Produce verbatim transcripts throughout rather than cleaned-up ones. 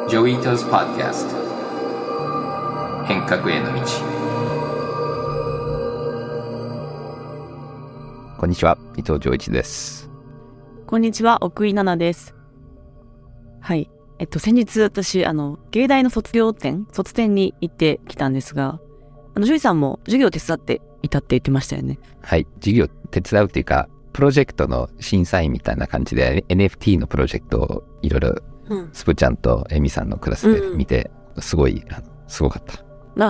ジョイトズ・ポッドキャスト変革への道。 こんにちは、伊藤浄一です。 こんにちは、奥井奈々です。はい、えっと先日私あの芸大の卒業展卒展に行ってきたんですが、あのジョイさんも授業を手伝っていたって言ってましたよね。 はい、授業手伝うっていうかプロジェクトの審査員みたいな感じで エヌエフティー のプロジェクトをいろいろスプちゃんとエミさんのクラスで見て、うん、すごいすごかった。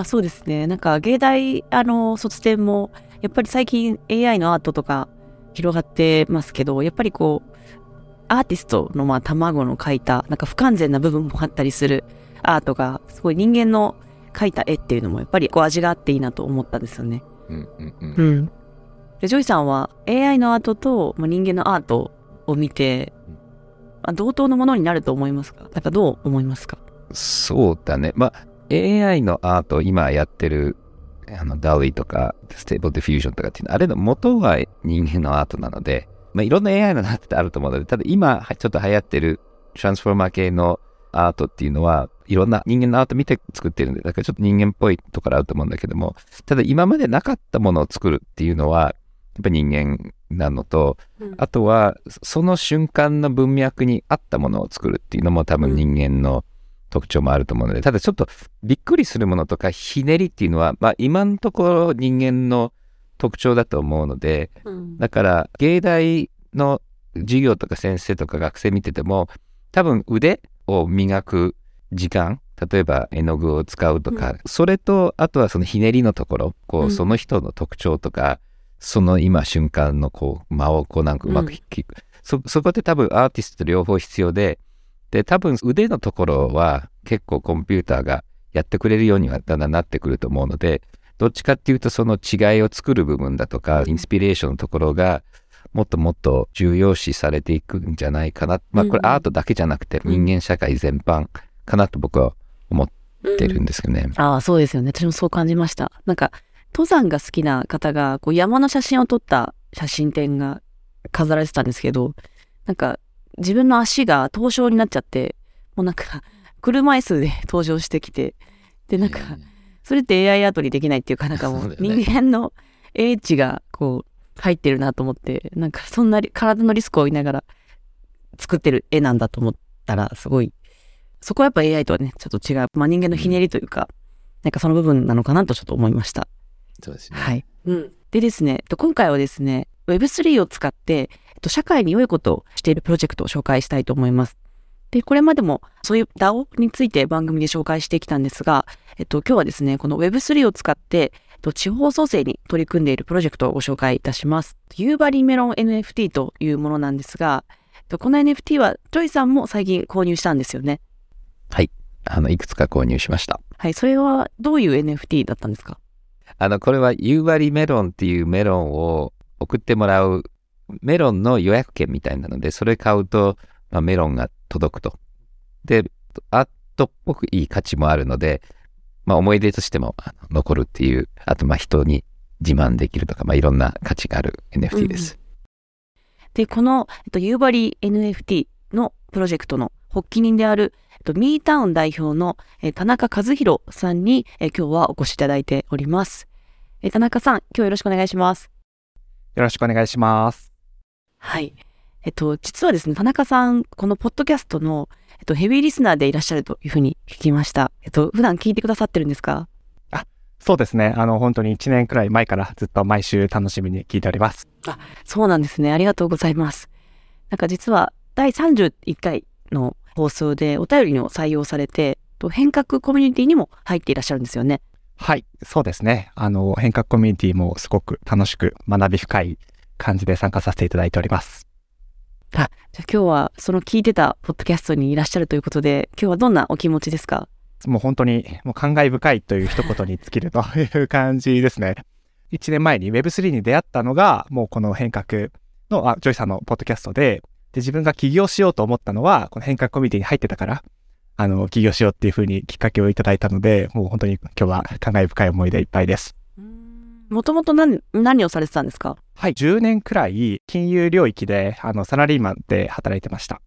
あ、そうですね。なんか芸大あの卒展もやっぱり最近 エーアイ のアートとか広がってますけど、やっぱりこうアーティストのまあ卵の描いたなんか不完全な部分もあったりするアートがすごい人間の描いた絵っていうのもやっぱりこう味があっていいなと思ったんですよね。 うんうんうん。 うん。でジョイさんは エーアイ のアートと、まあ、人間のアートを見て、まあ、同等のものになると思いますか？なんかどう思いますか？ そうだね。まあ エーアイ のアート今やってるあのダーリーとかステーブルディフュージョンとかっていうのあれの元は人間のアートなので、まあ、いろんな エーアイ のアートってあると思うので、ただ今ちょっと流行ってるトランスフォーマー系のアートっていうのはいろんな人間のアート見て作ってるんで、だからちょっと人間っぽいところあると思うんだけども、ただ今までなかったものを作るっていうのはやっぱ人間なのと、うん、あとはその瞬間の文脈に合ったものを作るっていうのも多分人間の特徴もあると思うので、ただちょっとびっくりするものとかひねりっていうのは、まあ今のところ人間の特徴だと思うので、うん、だから芸大の授業とか先生とか学生見てても多分腕を磨く時間、例えば絵の具を使うとか、うん、それとあとはそのひねりのところ、こう、うん、その人の特徴とかその今瞬間のこう間をこうなんかうまく引く、うん、そ, そこって多分アーティストと両方必要で、で多分腕のところは結構コンピューターがやってくれるようにはだんだんなってくると思うので、どっちかっていうとその違いを作る部分だとかインスピレーションのところがもっともっと重要視されていくんじゃないかな、まあこれアートだけじゃなくて人間社会全般かなと僕は思ってるんですけどね、うんうん、 ああそうですよね。私もそう感じました。なんか登山が好きな方がこう山の写真を撮った写真展が飾られてたんですけど、なんか自分の足が凍傷になっちゃって、もうなんか車椅子で登場してきて、でなんかそれって エーアイ アートにできないっていうか、なんかもう人間の英知がこう入ってるなと思って、なんかそんな体のリスクを負いながら作ってる絵なんだと思ったら、すごいそこはやっぱ エーアイ とはねちょっと違う、まあ、人間のひねりというか、うん、なんかその部分なのかなとちょっと思いました。 そうですね。 はい。うん、でですね、今回はですね ウェブスリー を使って社会に良いことをしているプロジェクトを紹介したいと思います。で、これまでもそういう ダオ について番組で紹介してきたんですが、えっと、今日はですね、この ウェブスリー を使って、えっと、地方創生に取り組んでいるプロジェクトをご紹介いたします。夕張メロン エヌエフティー というものなんですが、えっと、この エヌエフティー はジョイさんも最近購入したんですよね。 はい。あの、いくつか購入しました。 はい。それはどういう エヌエフティー だったんですか？ あの、これは夕張メロンっていうメロンを送ってもらうメロンの予約券みたいなので、それ買うと、まあ、メロンが届くと。で、アートっぽくいい価値もあるので、まあ、思い出としても残るっていう、あとまあ人に自慢できるとか、まあ、いろんな価値がある エヌエフティー です。 うん、で、この、えっと、夕張 エヌエフティー のプロジェクトの発起人である、えっと、ミータウン代表のえ田中和弘さんにえ今日はお越しいただいております。え田中さん、今日よろしくお願いします。 よろしくお願いします。 はい。えっと、実はですね、田中さん、このポッドキャストの、えっと、ヘビーリスナーでいらっしゃるというふうに聞きました。えっと、普段聞いてくださってるんですか？ あ、そうですね。あの、本当にいちねんくらい前からずっと毎週楽しみに聞いております。 あ、そうなんですね。ありがとうございます。なんか実は、だいさんじゅういっかいの放送でお便りを採用されて、変革コミュニティにも入っていらっしゃるんですよね。 はい、そうですね。あの、変革コミュニティもすごく楽しく学び深い感じで参加させていただいております。 あ、じゃあ今日はその聞いてたポッドキャストにいらっしゃるということで、今日はどんなお気持ちですか？ もう本当にもう感慨深いという一言に尽きるという感じですね。いちねんまえに ウェブスリー に出会ったのが、もうこの変革の、あ、ジョイさんのポッドキャストで、で、自分が起業しようと思ったのは、この変革コミュニティに入ってたから、あの、起業しようっていう風にきっかけをいただいたので、もう本当に今日は感慨深い思いでいっぱいです。 もともと何、何をされてたんですか？ はい、じゅうねんくらい金融領域で、あの、サラリーマンで働いてました。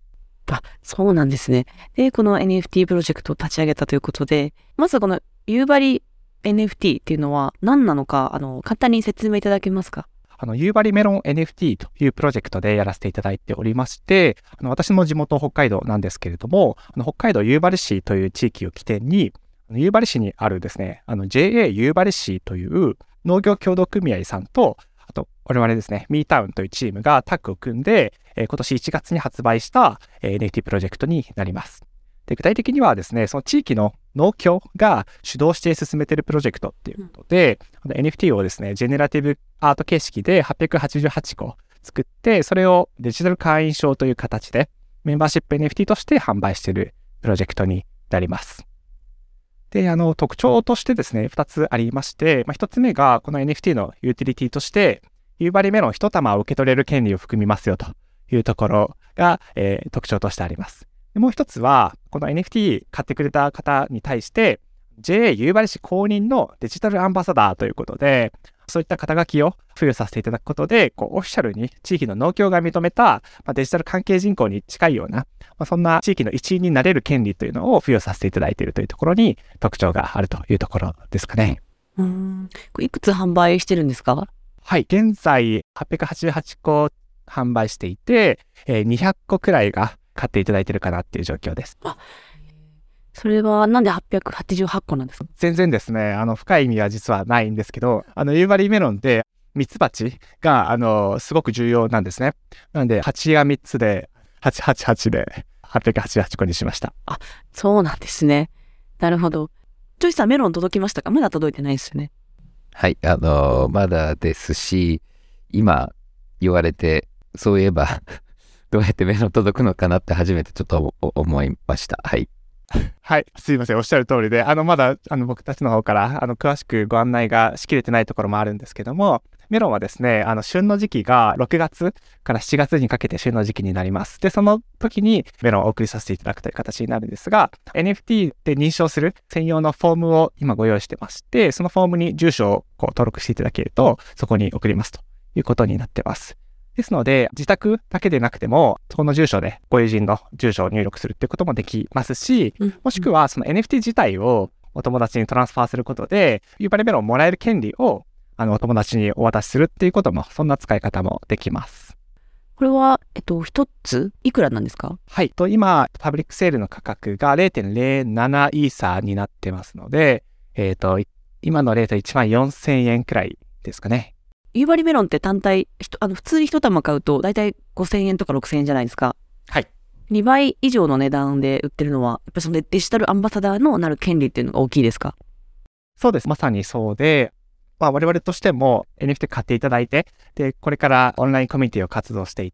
あ、そうなんですね。で、この エヌエフティー プロジェクトを立ち上げたということで、まずこの夕張 エヌエフティー っていうのは何なのか、あの、簡単に説明いただけますか？ あの、夕張メロン エヌエフティー というプロジェクトでやらせていただいておりまして、あの、私の地元北海道なんですけれども、あの、北海道夕張市という地域を起点に、夕張市にあるですね、あの、ジェイエー 夕張市という農業協同組合さんと、あと、我々ですね、ミータウンというチームがタッグを組んで、えー、今年いちがつに発売した、えー、エヌエフティー プロジェクトになります。で、具体的にはですね、その地域の農協が主導して進めているプロジェクトっていうことで、うん、エヌエフティー をですね、ジェネラティブアート形式ではっぴゃくはちじゅうはちこ作って、それをデジタル会員証という形でメンバーシップ エヌエフティー として販売しているプロジェクトになります。で、あの、特徴としてですね、ふたつありまして、まあ、ひとつめが、この エヌエフティー のユーティリティとして、夕張メロン一玉を受け取れる権利を含みますよというところが、えー、特徴としてあります。でもう一つは、この エヌエフティー 買ってくれた方に対して、ジェイエー 夕張市公認のデジタルアンバサダーということで、そういった肩書きを付与させていただくことで、こうオフィシャルに地域の農協が認めた、まあ、デジタル関係人口に近いような、まあ、そんな地域の一員になれる権利というのを付与させていただいているというところに特徴があるというところですかね。 うーん。いくつ販売してるんですか？ はい。現在はっぴゃくはちじゅうはちこ販売していて、えー、にひゃっこくらいが買っていただいているかなっていう状況です。 あ、それはなんではっぴゃくはちじゅうはちこなんですか？ 全然ですね、あの、深い意味は実はないんですけど、あの、夕張メロンでミツバチが、あの、すごく重要なんですね。なので、蜂がみっつで、はちはちはちではっぴゃくはちじゅうはちこにしました。 あ、そうなんですね。なるほど。ジョイさん、メロン届きましたか？まだ届いてないですよね。 はい、あのー、まだですし、今言われて、そういえば、どうやってメロン届くのかなって初めてちょっと思いました。はい。 はい、すいません。おっしゃる通りで、あの、まだ、あの、僕たちの方から、あの、詳しくご案内がしきれてないところもあるんですけども、メロンはですね、あの、旬の時期がろくがつからしちがつにかけて旬の時期になります。で、その時にメロンをお送りさせていただくという形になるんですが、エヌエフティー で認証する専用のフォームを今ご用意してまして、そのフォームに住所をこう登録していただけると、そこに送りますということになってます。ですので、自宅だけでなくても、その住所でご友人の住所を入力するっていうこともできますし、うん、もしくはその エヌエフティー 自体をお友達にトランスファーすることで、夕張メロンをもらえる権利をあのお友達にお渡しするっていうことも、そんな使い方もできます。 これは、えっと、一ついくらなんですか？ はい。と今、パブリックセールの価格が ゼロてんゼロなな イーサになってますので、えっと、今のレートいちまんよんせんえんくらいですかね。 夕張メロンって単体、あの普通に一玉買うとだいたいごせんえんとかろくせんえんじゃないですか。 はい。 にばい以上の値段で売ってるのは、やっぱりそのデジタルアンバサダーのなる権利っていうのが大きいですか？ そうです。まさにそうで、まあ我々としても エヌエフティー 買っていただいて、で、これからオンラインコミュニティを活動していって、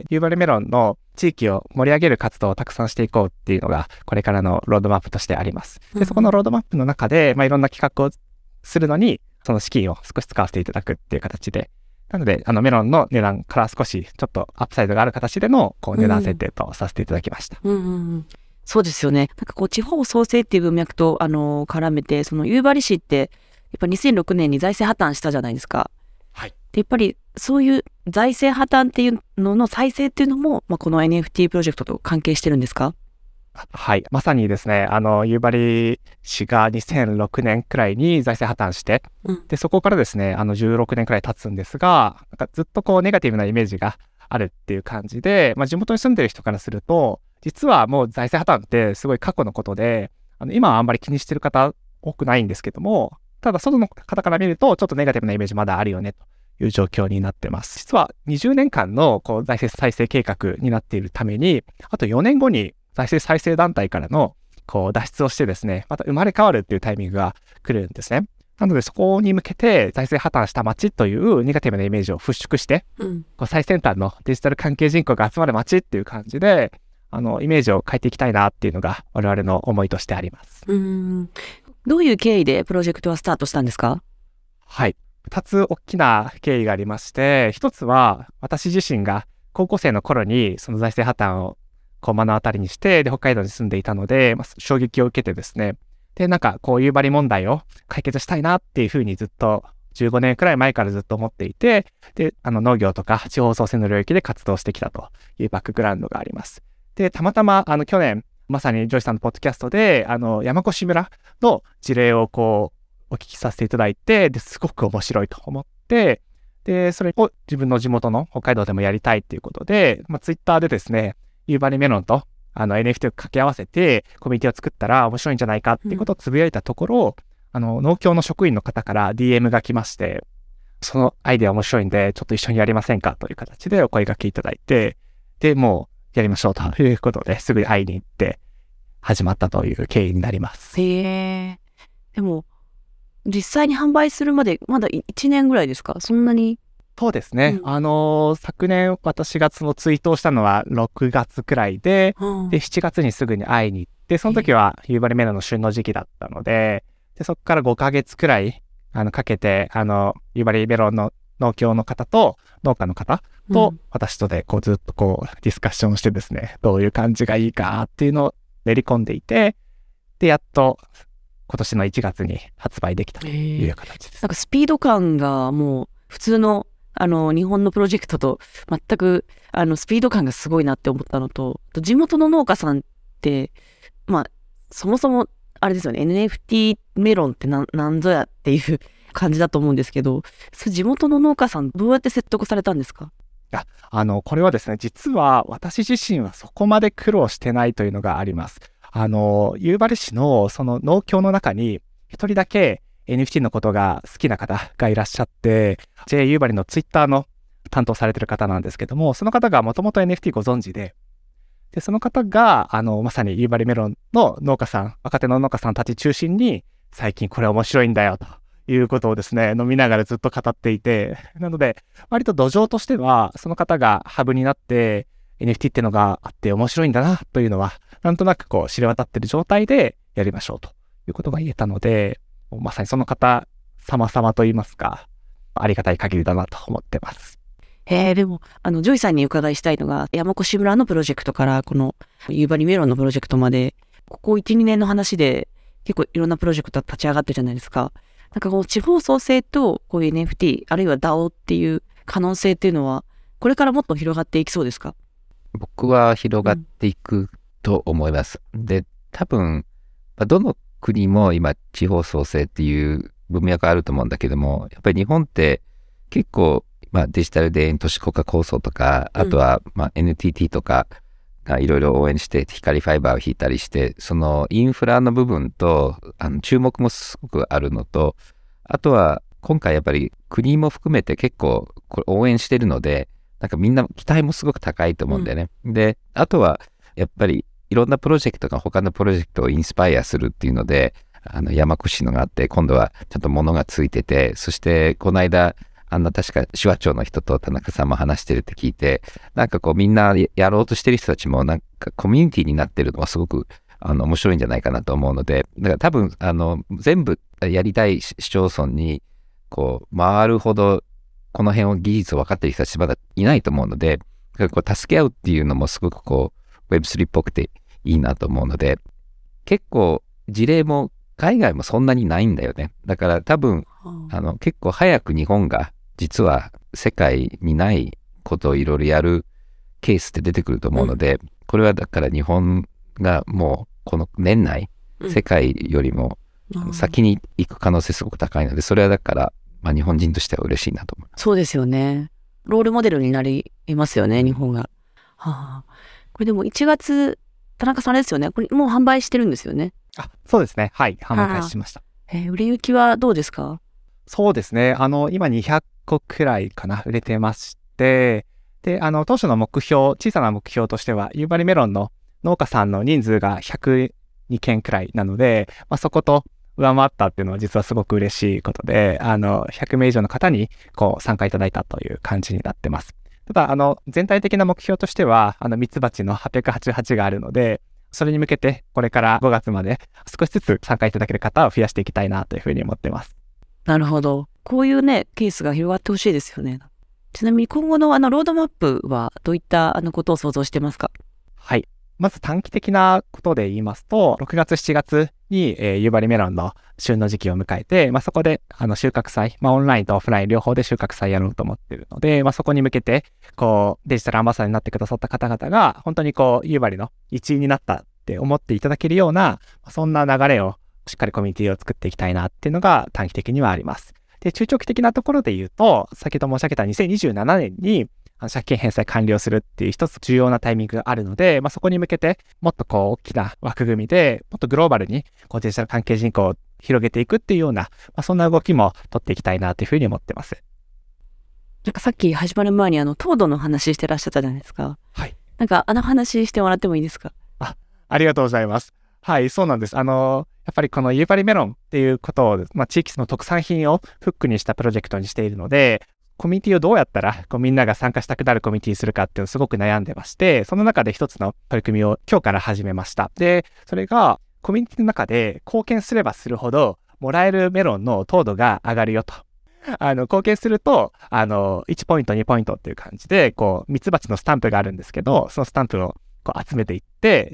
夕張メロンの地域を盛り上げる活動をたくさんしていこうっていうのが、これからのロードマップとしてあります。で、そこのロードマップの中で、まあいろんな企画をするのに、その資金を少し使わせていただくっていう形で、なので、あのメロンの値段から少しちょっとアップサイドがある形でのこう値段設定とさせていただきました。 うんうんうん、そうですよね。なんかこう地方創生っていう文脈とあの絡めて、その夕張市ってやっぱにせんろくねんに財政破綻したじゃないですか。 はい。 でやっぱりそういう財政破綻っていうのの再生っていうのも、まあ、この エヌエフティー プロジェクトと関係してるんですか？ はい。まさにですね、あの、夕張市がにせんろくねんくらいに財政破綻して、うん、で、そこからですね、あの、じゅうろくねんくらい経つんですが、なんかずっとこう、ネガティブなイメージがあるっていう感じで、まあ、地元に住んでる人からすると、実はもう財政破綻ってすごい過去のことで、あの、今はあんまり気にしてる方多くないんですけども、ただ、外の方から見ると、ちょっとネガティブなイメージまだあるよね、という状況になってます。実はにじゅうねんかんのこう財政再生計画になっているために、あとよねんごに財政再生団体からのこう脱出をしてですね、また生まれ変わるっていうタイミングが来るんですね。なのでそこに向けて財政破綻した街というネガティブなイメージを払拭して、うん、こう最先端のデジタル関係人口が集まる街っていう感じで、あのイメージを変えていきたいなっていうのが我々の思いとしてあります。 うーん、どういう経緯でプロジェクトはスタートしたんですか？ はい。二つ大きな経緯がありまして、一つは私自身が高校生の頃にその財政破綻をこう目の当たりにして、で、北海道に住んでいたので、まあ、衝撃を受けてですね、で、なんかこう夕張問題を解決したいなっていうふうにずっとじゅうごねんくらい前からずっと思っていて、で、あの農業とか地方創生の領域で活動してきたというバックグラウンドがあります。 で、たまたま、あの、去年、まさにジョイさんのポッドキャストで、あの、山越村の事例をこう、お聞きさせていただいて、ですごく面白いと思って、で、それを自分の地元の北海道でもやりたいっていうことで、まあ、ツイッターでですね、夕張メロンと、あの、エヌエフティー を掛け合わせて、コミュニティを作ったら面白いんじゃないかっていうことをつぶやいたところ、うん、あの、農協の職員の方から ディーエム が来まして、そのアイデア面白いんで、ちょっと一緒にやりませんかという形でお声掛けいただいて、で、もう、やりましょうということで、すぐに会いに行って始まったという経緯になります。 へえ。でも、実際に販売するまでまだいちねんぐらいですか？そんなに？ そうですね。うん、あのー、昨年私がそのツイートをしたのはろくがつくらいで、うん、で、しちがつにすぐに会いに行って、その時は夕張メロンの旬の時期だったので、で、そこからごかげつくらい、あの、かけて、あの、夕張メロンの農協の方と農家の方と私とでこうずっとこうディスカッションしてですね、どういう感じがいいかっていうのを練り込んでいて、でやっと今年のいちがつに発売できたという形です。 なんかスピード感がもう普通のあの日本のプロジェクトと全くあのスピード感がすごいなって思ったのと、地元の農家さんってまあそもそもあれですよね、 エヌエフティー メロンってななんぞやっていう感じだと思うんですけど、地元の農家さんどうやって説得されたんですか？ あ、あの、これはですね、実は私自身はそこまで苦労してないというのがあります。あの、夕張市のその農協の中に一人だけ エヌエフティー のことが好きな方がいらっしゃって、ジェイ 夕張のツイッターの担当されてる方なんですけども、その方がもともと エヌエフティー ご存知で、で、その方が、あの、まさに夕張メロンの農家さん、若手の農家さんたち中心に、最近これ面白いんだよということをですね、飲みながらずっと語っていて、なので、割と土壌としては、その方がハブになって、エヌエフティー ってのがあって面白いんだなというのは、なんとなくこう知れ渡ってる状態でやりましょうということが言えたので、まさにその方様々と言いますか、ありがたい限りだなと思ってます。 へえ、でも、あの、ジョイさんにお伺いしたいのが、山越村のプロジェクトから、この、夕張メロンのプロジェクトまで、ここいち、にねんの話で、結構いろんなプロジェクト立ち上がってるじゃないですか。なんかこう、地方創生と、こういう エヌエフティー、あるいは ダオ っていう可能性っていうのは、これからもっと広がっていきそうですか？ 僕は広がっていくと思います。うん、で、多分、どの国も今、地方創生っていう文脈あると思うんだけども、やっぱり日本って結構、まあ、デジタル田園都市国家構想とか、あとは、まあ、エヌティーティー とかがいろいろ応援して、光ファイバーを引いたりして、そのインフラの部分と、あの注目もすごくあるのと、あとは、今回やっぱり国も含めて結構これ応援してるので、なんかみんな期待もすごく高いと思うんだよね。うん、で、あとは、やっぱりいろんなプロジェクトが他のプロジェクトをインスパイアするっていうので、あの山越のがあって、今度はちゃんと物がついてて、そしてこの間、あの、確か手話庁の人と田中さんも話してるって聞いて、なんかこうみんなやろうとしてる人たちもなんかコミュニティになってるのはすごくあの面白いんじゃないかなと思うので、だから多分、あの、全部やりたい市町村にこう回るほどこの辺を技術を分かってる人たちまだいないと思うので、だからこう助け合うっていうのもすごくこう ウェブスリー っぽくていいなと思うので、結構事例も海外もそんなにないんだよね。だから多分、あの結構早く日本が実は世界にないことをいろいろやるケースって出てくると思うので、うん、これはだから日本がもうこの年内、うん、世界よりも先に行く可能性すごく高いので、それはだから、まあ、日本人としては嬉しいなと思います。 そうですよね。ロールモデルになりますよね、日本が。はあ、これでもいちがつ、田中さんあれですよね。これもう販売してるんですよね。 あ、そうですね。はい、販売開始しました。 えー、売れ行きはどうですか？ そうですね。あの、今にひゃっこくらいかな、売れてまして、で、あの、当初の目標、小さな目標としては、夕張メロンの農家さんの人数がひゃくにけんくらいなので、まあ、そこと上回ったっていうのは実はすごく嬉しいことで、あの、ひゃくめい以上の方にこう参加いただいたという感じになってます。ただ、あの、全体的な目標としては、あの、ミツバチのはっぴゃくはちじゅうはちがあるので、それに向けて、これからごがつまで少しずつ参加いただける方を増やしていきたいなというふうに思ってます。 なるほど。こういうね、ケースが広がってほしいですよね。ちなみに今後のあのロードマップはどういったあのことを想像してますか？ はい。 まず短期的なことで言いますと、ろくがつ、しちがつに、えー、夕張メロンの旬の時期を迎えて、まあ、そこであの収穫祭、まあ、オンラインとオフライン両方で収穫祭やろうと思っているので、まあ、そこに向けて、こう、デジタルアンバサダーになってくださった方々が、本当にこう、夕張の一員になったって思っていただけるような、そんな流れをしっかりコミュニティを作っていきたいなっていうのが短期的にはあります。で、中長期的なところで言うと、先ほど申し上げたにせんにじゅうななねんに、借金返済完了するっていう一つ重要なタイミングがあるので、まあ、そこに向けてもっとこう大きな枠組みでもっとグローバルにこうデジタル関係人口を広げていくっていうような、まあ、そんな動きも取っていきたいなというふうに思ってます。 なんかさっき始まる前にあの糖度の話してらっしゃったじゃないですか。 はい。 なんかあの話してもらってもいいですか？ あ、ありがとうございます。はい、そうなんです。あのやっぱりこの夕張メロンっていうことを、まあ、地域の特産品をフックにしたプロジェクトにしているので、コミュニティをどうやったらこうみんなが参加したくなるコミュニティにするかっていうのをすごく悩んでまして、その中で一つの取り組みを今日から始めました。で、それがコミュニティの中で貢献すればするほどもらえるメロンの糖度が上がるよと。あの、貢献すると、あの、いちポイント、にポイントっていう感じで、こう、ミツバチのスタンプがあるんですけど、そのスタンプをこう集めていって、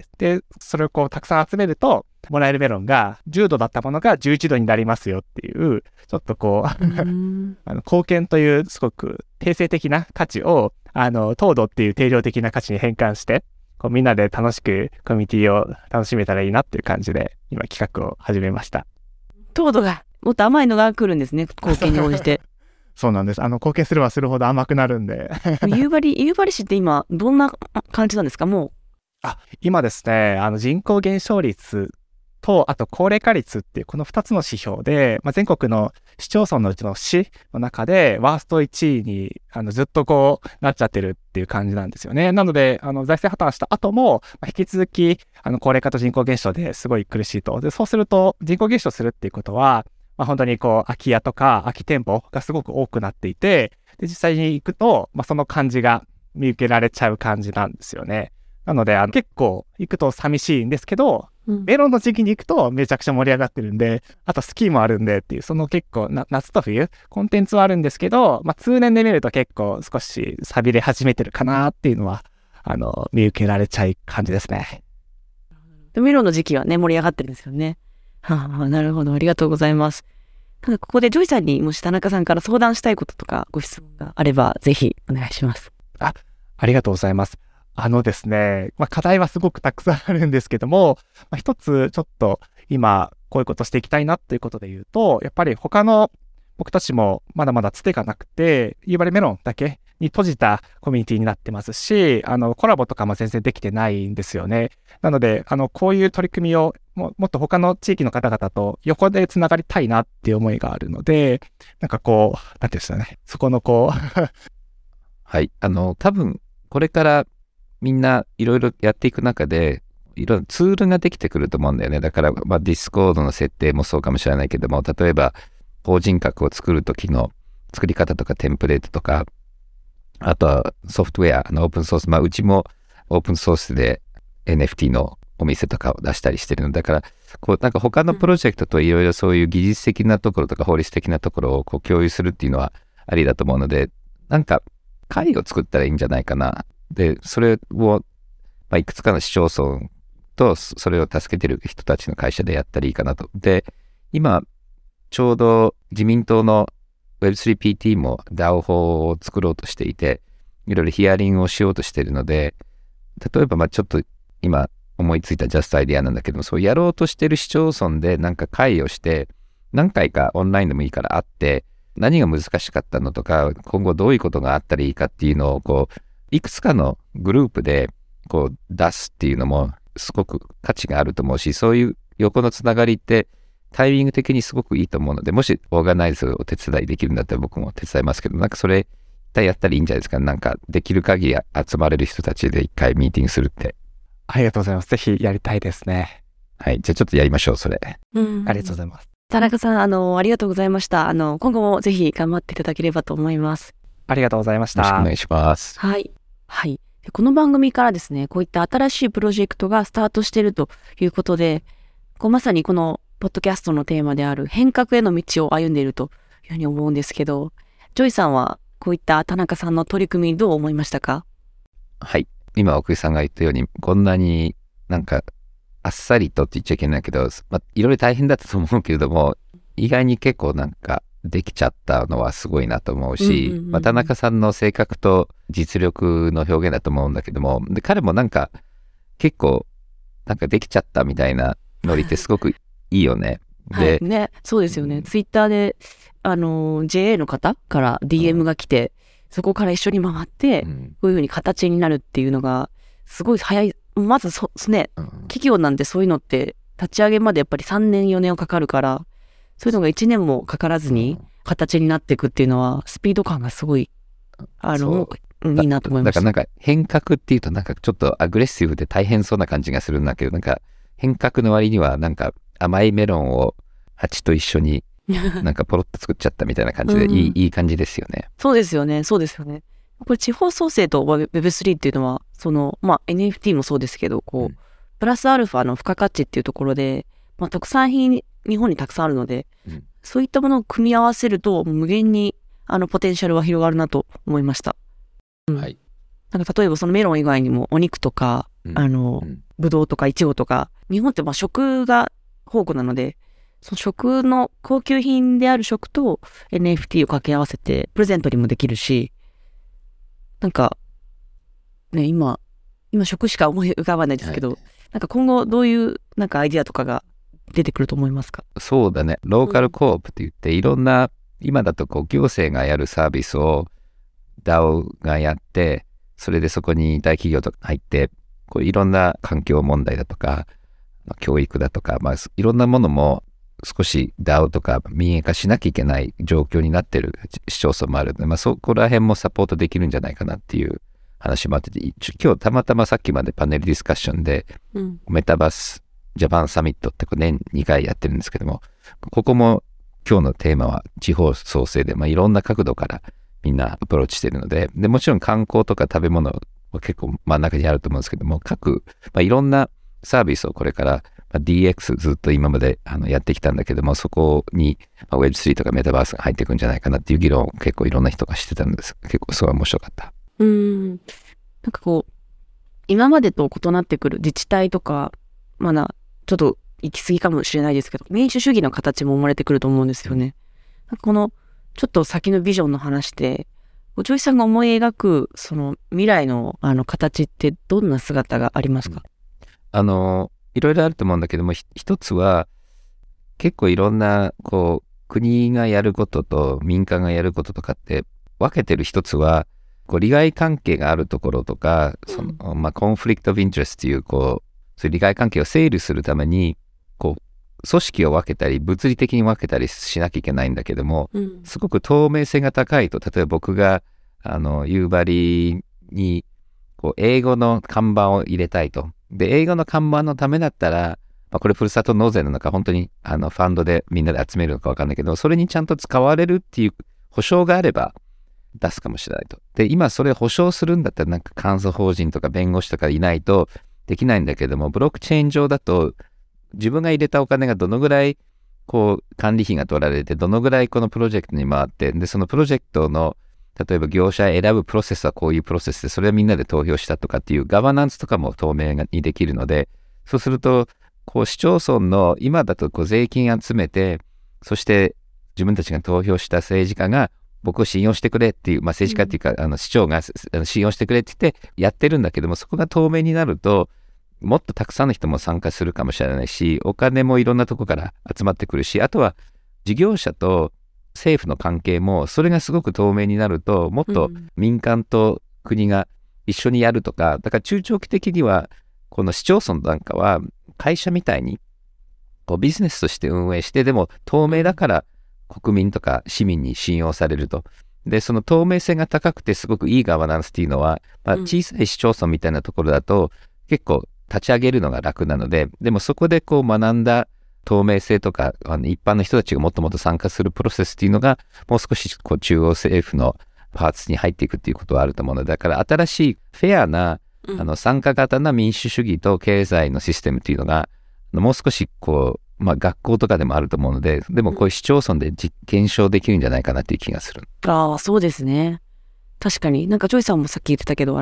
で、それをこうたくさん集めると、もらえるメロンがじゅうどだったものがじゅういちどになりますよっていう、ちょっとこう、あの貢献というすごく定性的な価値を、あの、糖度っていう定量的な価値に変換して、こうみんなで楽しくコミュニティを楽しめたらいいなっていう感じで、今企画を始めました。 糖度が、もっと甘いのが来るんですね、貢献に応じて。 そうなんです。あの、貢献すればするほど甘くなるんで。 夕張、夕張市って今、どんな感じなんですか？もう。 あ、今ですね、あの人口減少率と、あと高齢化率っていうこのふたつの指標で、まあ、全国の市町村のうちの市の中でワーストいちいにあのずっとこうなっちゃってるっていう感じなんですよね。なので、あの財政破綻した後も、まあ、引き続きあの高齢化と人口減少ですごい苦しいと。で、そうすると人口減少するっていうことは、まあ、本当にこう空き家とか空き店舗がすごく多くなっていて、で実際に行くと、まあ、その感じが見受けられちゃう感じなんですよね。なのであの結構行くと寂しいんですけど、うん、メロンの時期に行くとめちゃくちゃ盛り上がってるんで、あとスキーもあるんでっていう、その結構な夏と冬コンテンツはあるんですけど、まあ、通年で見ると結構少し寂れ始めてるかなっていうのはあの見受けられちゃい感じですね。 メロンの時期はね盛り上がってるんですよね。はあ、なるほど、ありがとうございます。ただここでジョイさんにもし田中さんから相談したいこととかご質問があればぜひお願いします。 あ、ありがとうございます。あのですね、まあ、課題はすごくたくさんあるんですけども、まあ、一つちょっと今こういうことしていきたいなということで言うと、やっぱり他の僕たちもまだまだつてがなくて、夕張メロンだけに閉じたコミュニティになってますし、あのコラボとかも全然できてないんですよね。なので、あのこういう取り組みをも、もっと他の地域の方々と横でつながりたいなっていう思いがあるので、なんかこう、なんていうんですかね、そこのこうはい、あの多分これからみんないろいろやっていく中で、いろんなツールができてくると思うんだよね。だから、まあ、ディスコードの設定もそうかもしれないけども、例えば、法人格を作るときの作り方とかテンプレートとか、あとはソフトウェア、あのオープンソース、まあ、うちもオープンソースで エヌエフティー のお店とかを出したりしてるのだから、こう、なんか他のプロジェクトといろいろそういう技術的なところとか法律的なところをこう共有するっていうのはありだと思うので、なんか会を作ったらいいんじゃないかな。で、それを、まあ、いくつかの市町村とそれを助けてる人たちの会社でやったらいいかなと。で、今、ちょうど自民党の ウェブスリーピーティー も ダオ 法を作ろうとしていて、いろいろヒアリングをしようとしているので、例えば、まあちょっと今思いついたジャストアイディアなんだけども、そうやろうとしてる市町村でなんか会をして、何回かオンラインでもいいから会って、何が難しかったのとか、今後どういうことがあったらいいかっていうのをこう、いくつかのグループでこう出すっていうのもすごく価値があると思うし、そういう横のつながりってタイミング的にすごくいいと思うので、もしオーガナイズをお手伝いできるんだったら僕も手伝いますけど、なんかそれ一回やったらいいんじゃないですか。なんかできる限り集まれる人たちで一回ミーティングするって。 ありがとうございます。ぜひやりたいですね。 はい。じゃあちょっとやりましょう、それ。 うん。 ありがとうございます。 田中さん、あの、ありがとうございました。あの、今後もぜひ頑張っていただければと思います。 ありがとうございました。 よろしくお願いします。 はい。はい。この番組からですね、こういった新しいプロジェクトがスタートしているということで、こうまさにこのポッドキャストのテーマである変革への道を歩んでいるというふうに思うんですけど、ジョイさんはこういった田中さんの取り組みどう思いましたか？ はい。 今奥井さんが言ったようにこんなになんかあっさりとって言っちゃいけないけど、まあ、いろいろ大変だったと思うけれども意外に結構なんかできちゃったのはすごいなと思うし、 うんうんうんうん、 まあ、田中さんの性格と実力の表現だと思うんだけども、で彼もなんか結構なんかできちゃったみたいなノリってすごくいいよね。で、 はい、ね、そうですよね。 うん、 ツイッターであの ジェーエー の方から ディーエム が来て、うん、そこから一緒に回って、うん、こういう風に形になるっていうのがすごい早い。まずそね、うん、企業なんてそういうのって立ち上げまでやっぱりさんねんよねんかかるから、そういうのがいちねんもかからずに形になっていくっていうのはスピード感がすごいあのいいなと思いました。 だからなんか変革っていうとなんかちょっとアグレッシブで大変そうな感じがするんだけど、なんか変革の割にはなんか甘いメロンを蜂と一緒になんかポロッと作っちゃったみたいな感じでいい、うん、いい感じですよね。 そうですよね、そうですよね。これ地方創生と ウェブスリー っていうのはそのまあ エヌエフティー もそうですけど、こう、うん、プラスアルファの付加価値っていうところで、まあ、特産品日本にたくさんあるので、うん、そういったものを組み合わせると無限にあのポテンシャルは広がるなと思いました。うん、はい。なんか例えばそのメロン以外にもお肉とか、うん、あの、うん、ブドウとかイチゴとか、日本ってまあ食が宝庫なので、その食の高級品である食と エヌエフティー を掛け合わせてプレゼントにもできるし、なんかね、今今食しか思い浮かばないですけど、はい、なんか今後どういうなんかアイディアとかが出てくると思いますか？ そうだね、ローカルコープって言って、うん、いろんな今だとこう行政がやるサービスを ダオ がやって、それでそこに大企業とか入ってこういろんな環境問題だとか教育だとか、まあ、いろんなものも少し ダオ とか民営化しなきゃいけない状況になってる市町村もあるので、まあ、そこら辺もサポートできるんじゃないかなっていう話もあってて、今日たまたまさっきまでパネルディスカッションで、うん、メタバースジャパンサミットってこう年にかいやってるんですけども、ここも今日のテーマは地方創生で、まあ、いろんな角度からみんなアプローチしてるので、でもちろん観光とか食べ物は結構真ん中にあると思うんですけども、各、まあ、いろんなサービスをこれから、まあ、ディーエックス ずっと今まであのやってきたんだけども、そこに、まあ、ウェブスリー とかメタバースが入っていくんじゃないかなっていう議論を結構いろんな人がしてたんです。結構すごい面白かった。 うーん、なんかこう今までと異なってくる自治体とか、まだちょっと行き過ぎかもしれないですけど、民主主義の形も生まれてくると思うんですよね。なんかこのちょっと先のビジョンの話で、ジョイさんが思い描くその未来のあの形ってどんな姿がありますか？ あのいろいろあると思うんだけども、一つは結構いろんなこう国がやることと民間がやることとかって分けてる。一つはこう利害関係があるところとか、その、うん、まあ、コンフリクト・オブ・インテレストっていうこうそういう利害関係を整理するためにこう組織を分けたり物理的に分けたりしなきゃいけないんだけども、うん、すごく透明性が高いと、例えば僕があの夕張にこう英語の看板を入れたいと。で英語の看板のためだったら、まあ、これふるさと納税なのか本当にあのファンドでみんなで集めるのか分かんないけど、それにちゃんと使われるっていう保証があれば出すかもしれないと。で今それ保証するんだったらなんか監査法人とか弁護士とかいないとできないんだけども、ブロックチェーン上だと自分が入れたお金がどのぐらいこう管理費が取られて、どのぐらいこのプロジェクトに回って、でそのプロジェクトの例えば業者選ぶプロセスはこういうプロセスで、それはみんなで投票したとかっていうガバナンスとかも透明にできるので、そうするとこう市町村の今だとこう税金集めて、そして自分たちが投票した政治家が僕を信用してくれっていう、まあ、政治家っていうか、うん、あの市長が信用してくれって言ってやってるんだけども、そこが透明になるともっとたくさんの人も参加するかもしれないし、お金もいろんなとこから集まってくるし、あとは事業者と政府の関係もそれがすごく透明になると、もっと民間と国が一緒にやるとか、だから中長期的にはこの市町村なんかは会社みたいにこうビジネスとして運営して、でも透明だから国民とか市民に信用されると。でその透明性が高くてすごくいいガバナンスっていうのは、まあ、小さい市町村みたいなところだと結構立ち上げるのが楽なので、でもそこでこう学んだ透明性とか、あの一般の人たちがもっともっと参加するプロセスっていうのがもう少しこう中央政府のパーツに入っていくっていうことはあると思うので、だから新しいフェアな、うん、あの参加型な民主主義と経済のシステムっていうのがもう少しこう、まあ、学校とかでもあると思うので、でもこういう市町村で実検証できるんじゃないかなっていう気がする。 ああ、そうですね。確かになんかジョイさんもさっき言ってたけど、あのやっ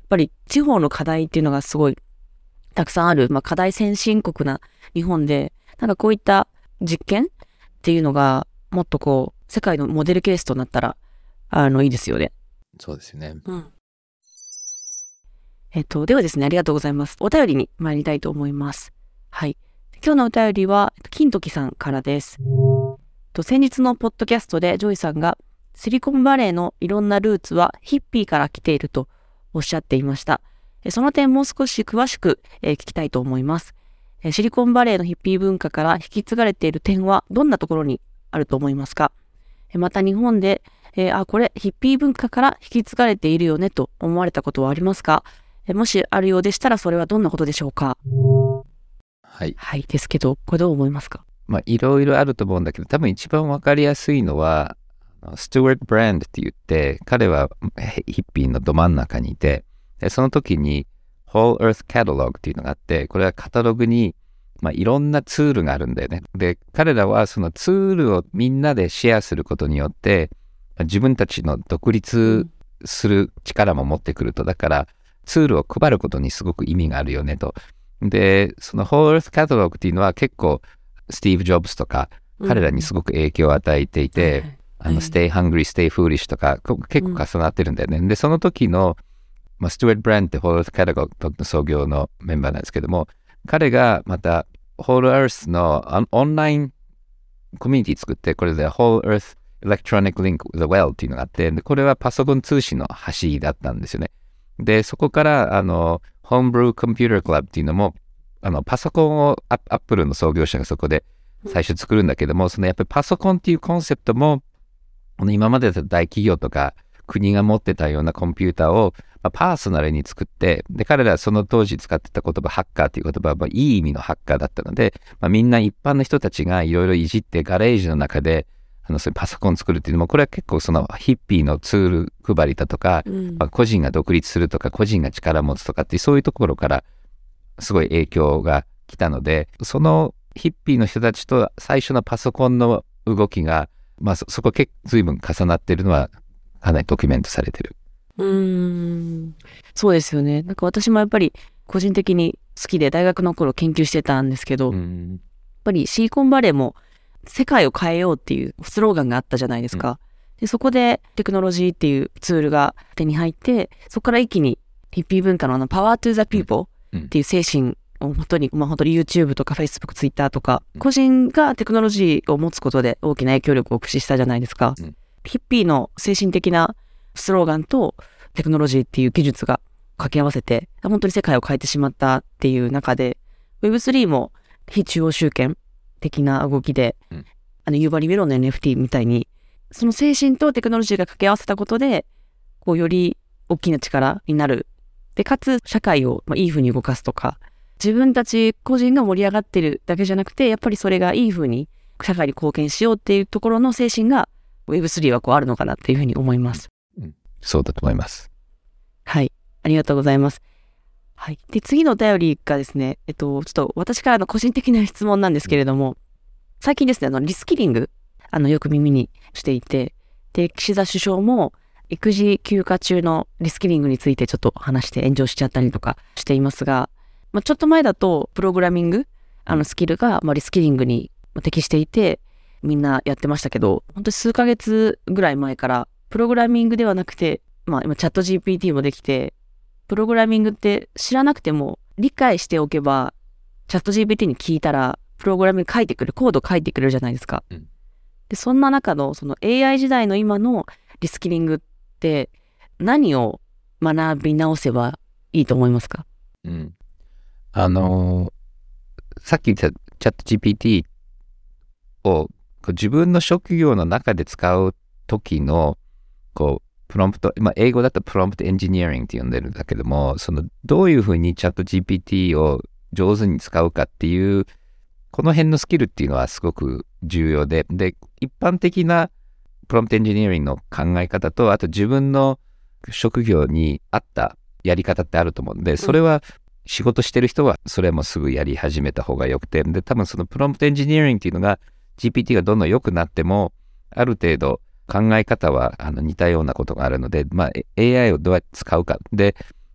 ぱり地方の課題っていうのがすごいたくさんある、まあ、課題先進国な日本で、なんかこういった実験っていうのがもっとこう世界のモデルケースとなったらあのいいですよね。 そうですよね。 うん。えっとではですね、ありがとうございます。お便りに参りたいと思います。はい。今日のお便りは金時さんからです。と先日のポッドキャストでジョイさんがシリコンバレーのいろんなルーツはヒッピーから来ているとおっしゃっていました。その点もう少し詳しく聞きたいと思います。シリコンバレーのヒッピー文化から引き継がれている点はどんなところにあると思いますか？また日本で、えー、あ、これヒッピー文化から引き継がれているよねと思われたことはありますか？もしあるようでしたらそれはどんなことでしょうか？ はい。 はい、ですけど、これどう思いますか？ まあ、いろいろあると思うんだけど、多分一番わかりやすいのは、スチュワート・ブランドって言って、彼はヒッピーのど真ん中にいて、でその時に Whole Earth Catalog っていうのがあって、これはカタログに、まあ、いろんなツールがあるんだよね。で、彼らはそのツールをみんなでシェアすることによって、自分たちの独立する力も持ってくると、だからツールを配ることにすごく意味があるよねと。で、その Whole Earth Catalog っていうのは結構スティーブ・ジョブズとか彼らにすごく影響を与えていて、うんあの、Stay Hungry, Stay Foolish とか結構重なってるんだよね。うん、で、その時の、まあ、スチュワート・ブランドって Whole Earth Catalog の創業のメンバーなんですけども、彼がまた Whole Earth のオンラインコミュニティ作って、これで Whole Earth Electronic Link The Well っていうのがあって、でこれはパソコン通信の橋だったんですよね。で、そこから、あの、Homebrew Computer Club っていうのも、あの、パソコンをアップルの創業者がそこで最初作るんだけども、そのやっぱりパソコンっていうコンセプトも、今までだと大企業とか国が持ってたようなコンピューターを、まあ、パーソナルに作って、で、彼らはその当時使ってた言葉、ハッカーっていう言葉は、まあ、いい意味のハッカーだったので、まあ、みんな一般の人たちがいろいろいじってガレージの中で、あの、そういうパソコン作るっていうのも、これは結構そのヒッピーのツール配りだとか、うんまあ、個人が独立するとか、個人が力を持つとかっていう、そういうところからすごい影響が来たので、そのヒッピーの人たちと最初のパソコンの動きが、まあそ、そこ結構随分重なってるのはかなりドキュメントされてる。 うーん、そうですよね。なんか私もやっぱり個人的に好きで大学の頃研究してたんですけど、うんやっぱりシリコンバレーも世界を変えようっていうスローガンがあったじゃないですか。うん、でそこでテクノロジーっていうツールが手に入って、そこから一気にヒッピー文化のあのパワートゥーザピーポーっていう精神を本当に、まあ本当に YouTube とか Facebook、Twitter とか、個人がテクノロジーを持つことで大きな影響力を駆使したじゃないですか。うん、ヒッピーの精神的なスローガンとテクノロジーっていう技術が掛け合わせて、本当に世界を変えてしまったっていう中で、ウェブスリー も非中央集権的な動きで、うん、あの、ユーバリメロンの エヌエフティー みたいに、その精神とテクノロジーが掛け合わせたことで、こう、より大きな力になる。で、かつ、社会を、まあ、いい風に動かすとか、自分たち個人が盛り上がってるだけじゃなくて、やっぱりそれがいい風に社会に貢献しようっていうところの精神が ウェブスリー はこうあるのかなっていうふうに思います。 うん、そうだと思います。 はい。ありがとうございます。はい。で、次のお便りがですね、えっと、ちょっと私からの個人的な質問なんですけれども、最近ですね、あの、リスキリング、あの、よく耳にしていて、で、岸田首相も育児休暇中のリスキリングについてちょっと話して炎上しちゃったりとかしていますが、まあ、ちょっと前だとプログラミングあのスキルが、まあ、リスキリングに適していてみんなやってましたけど、本当に数ヶ月ぐらい前からプログラミングではなくて、まあ、今チャット ジーピーティー もできて、プログラミングって知らなくても理解しておけばチャット ジーピーティー に聞いたらプログラミング書いてくる、コード書いてくれるじゃないですか。うん、でそんな中のその エーアイ 時代の今のリスキリングって何を学び直せばいいと思いますか？ うん、あのー、さっき言ったチャット ジーピーティー を自分の職業の中で使う時のこうプロンプト、まあ、英語だとプロンプトエンジニアリングって呼んでるんだけども、そのどういうふうにチャット ジーピーティー を上手に使うかっていうこの辺のスキルっていうのはすごく重要で、で一般的なプロンプトエンジニアリングの考え方と、あと自分の職業に合ったやり方ってあると思うんで、それは仕事してる人はそれもすぐやり始めた方がよくて、で多分そのプロンプトエンジニアリングっていうのが ジーピーティー がどんどん良くなってもある程度考え方はあの似たようなことがあるので、まあ、エーアイ をどうやって使うかで、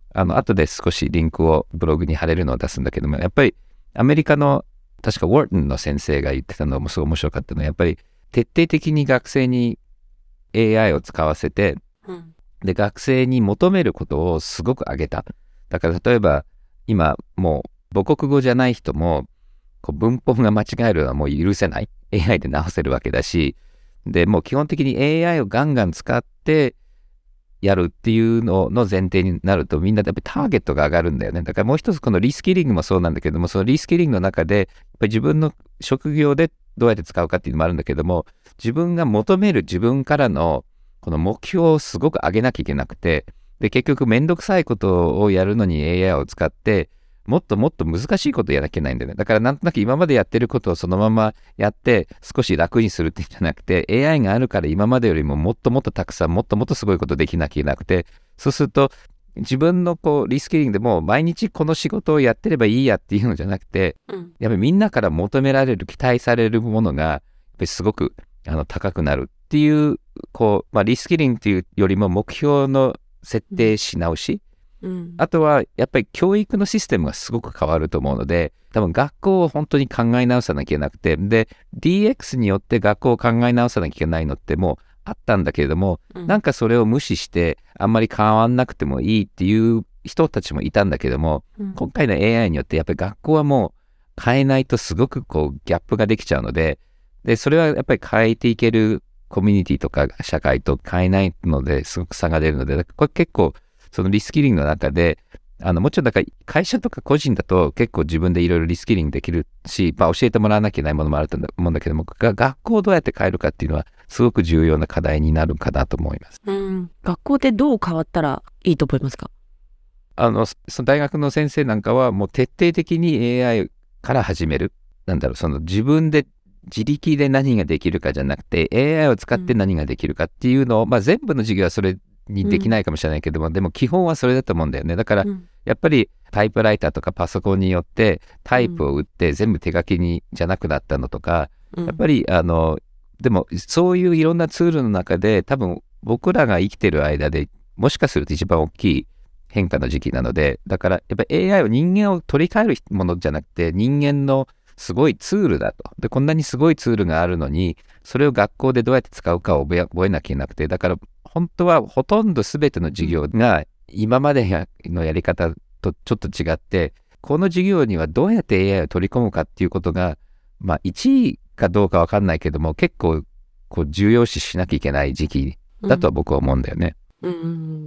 あの、後で少しリンクをブログに貼れるのを出すんだけども、やっぱりアメリカの、確かウォートンの先生が言ってたのもすごい面白かったのは、やっぱり徹底的に学生に エーアイ を使わせて、 うん、 で、学生に求めることをすごく上げた。だから例えば、今もう母国語じゃない人も、こう文法が間違えるのはもう許せない。エーアイ で直せるわけだし、で、もう基本的に エーアイ をガンガン使ってやるっていうのの前提になると、みんなやっぱりターゲットが上がるんだよね。だからもう一つこのリスキリングもそうなんだけども、そのリスキリングの中で、やっぱり自分の職業でどうやって使うかっていうのもあるんだけども、自分が求める自分からのこの目標をすごく上げなきゃいけなくて、で、結局めんどくさいことをやるのに エーアイ を使って、もっともっと難しいことをやらなきゃいけないんだよね。だからなんとなく今までやってることをそのままやって少し楽にするっていうんじゃなくて、 エーアイ があるから今までよりももっともっとたくさんもっともっとすごいことできなきゃいけなくて、そうすると自分のこうリスキリングでも毎日この仕事をやってればいいやっていうのじゃなくて、 うん、 やっぱりみんなから求められる期待されるものがやっぱりすごくあの高くなるっていう、こう、まあ、リスキリングっていうよりも目標の設定し直し、 うん、 あとはやっぱり教育のシステムがすごく変わると思うので、多分学校を本当に考え直さなきゃいけなくて、で ディーエックス によって学校を考え直さなきゃいけないのってもうあったんだけれども、 うん、 なんかそれを無視してあんまり変わんなくてもいいっていう人たちもいたんだけども、 うん、 今回の エーアイ によってやっぱり学校はもう変えないとすごくこうギャップができちゃうので、でそれはやっぱり変えていけるコミュニティとか社会と変えないのですごく差が出るので、これ結構そのリスキリングの中で、あのもちろんだから会社とか個人だと結構自分でいろいろリスキリングできるし、まあ、教えてもらわなきゃいけないものもあると思うんだけども、が学校をどうやって変えるかっていうのはすごく重要な課題になるかなと思います。 うん、学校でどう変わったらいいと思いますか？ あのその大学の先生なんかはもう徹底的に エーアイ から始める。なんだろう、その自分で自力で何ができるかじゃなくて エーアイ を使って何ができるかっていうのを、うん、まあ全部の授業はそれにできないかもしれないけども、うん、でも基本はそれだと思うんだよね。だから、うん、やっぱりタイプライターとかパソコンによってタイプを打って全部手書きにじゃなくなったのとか、うん、やっぱりあのでもそういういろんなツールの中で多分僕らが生きてる間でもしかすると一番大きい変化の時期なので、だからやっぱり エーアイ を人間を取り替えるものじゃなくて人間のすごいツールだと。で、こんなにすごいツールがあるのに、それを学校でどうやって使うかを覚え、覚えなきゃいけなくて、だから本当はほとんど全ての授業が今までのやり方とちょっと違って、この授業にはどうやって エーアイ を取り込むかっていうことが、まあいちいかどうかわかんないけども、結構こう重要視しなきゃいけない時期だとは僕は思うんだよね。 うん、うんうん、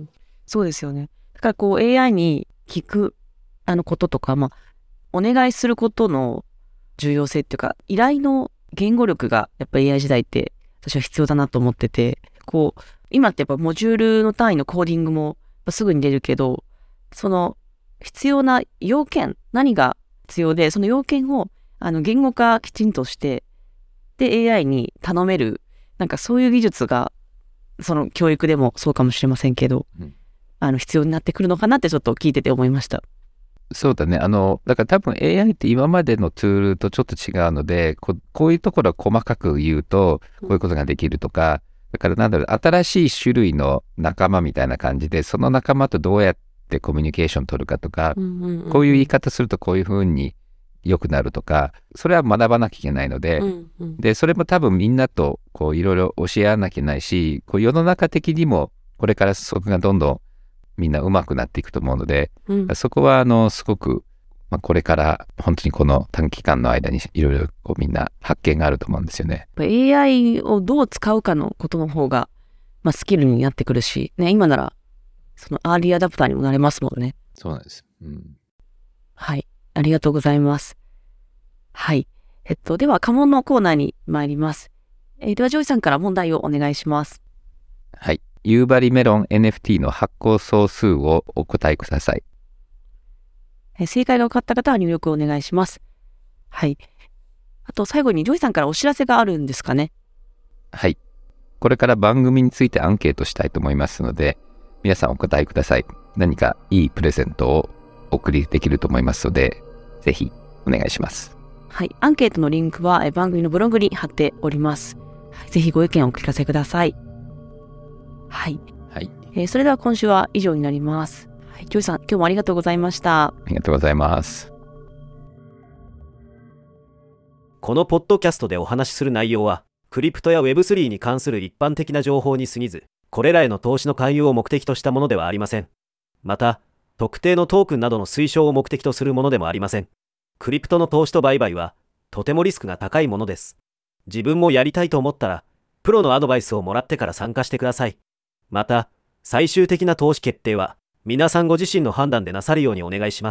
そうですよね。だからこう エーアイ に聞くあのこととか、まあお願いすることの重要性っていうか、依頼の言語力がやっぱり エーアイ 時代って私は必要だなと思ってて、こう今ってやっぱモジュールの単位のコーディングもすぐに出るけど、その必要な要件、何が必要でその要件をあの言語化きちんとしてで エーアイ に頼める、なんかそういう技術がその教育でもそうかもしれませんけど、うん、あの必要になってくるのかなってちょっと聞いてて思いました。 そうだね。あの、だから多分 エーアイ って今までのツールとちょっと違うので、こ, こういうところは細かく言うと、こういうことができるとか、うん、だからなんだろう、新しい種類の仲間みたいな感じで、その仲間とどうやってコミュニケーション取るかとか、うんうんうん、こういう言い方するとこういうふうに良くなるとか、それは学ばなきゃいけないので、うんうん、で、それも多分みんなとこういろいろ教え合わなきゃいけないし、こう世の中的にもこれからそこがどんどんみんな上手くなっていくと思うので、うん、そこはあのすごく、まあ、これから本当にこの短期間の間にいろいろこうみんな発見があると思うんですよね。 エーアイ をどう使うかのことの方が、まあ、スキルになってくるし、ね、今ならそのアーリーアダプターにもなれますもんね。 そうなんです、うん、 はい、ありがとうございます。はい、えっとでは家紋のコーナーに参ります。えー、ではジョイさんから問題をお願いします。 はい、夕張メロン エヌエフティー の発行総数をお答えください。 え正解が分かった方は入力をお願いします。はい。あと最後にジョイさんからお知らせがあるんですかね。 はい。これから番組についてアンケートしたいと思いますので、皆さんお答えください。何かいいプレゼントをお送りできると思いますので、ぜひお願いします。 はい。アンケートのリンクは番組のブログに貼っております。はい、ぜひご意見をお聞かせください。はい。 はい。 えー、それでは今週は以上になります。はい。 はい、ジョイさん、今日もありがとうございました。 ありがとうございます。 このポッドキャストでお話しする内容は、クリプトや ウェブスリー に関する一般的な情報に過ぎず、これらへの投資の勧誘を目的としたものではありません。また、特定のトークンなどの推奨を目的とするものでもありません。クリプトの投資と売買は、とてもリスクが高いものです。自分もやりたいと思ったら、プロのアドバイスをもらってから参加してください。また、最終的な投資決定は、皆さんご自身の判断でなさるようにお願いします。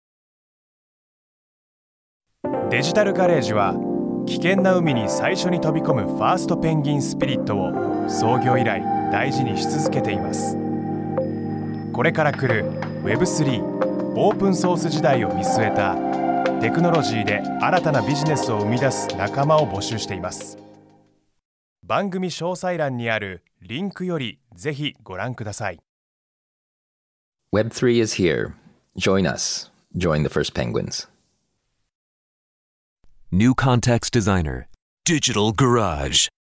デジタルガレージは、危険な海に最初に飛び込むファーストペンギンスピリットを創業以来大事にし続けています。これから来る ウェブスリー オープンソース時代を見据えたテクノロジーで新たなビジネスを生み出す仲間を募集しています。番組詳細欄にあるリンクよりぜひご覧ください。 ウェブスリー is here. Join us. Join the first penguins. New Context Designer, Digital Garage.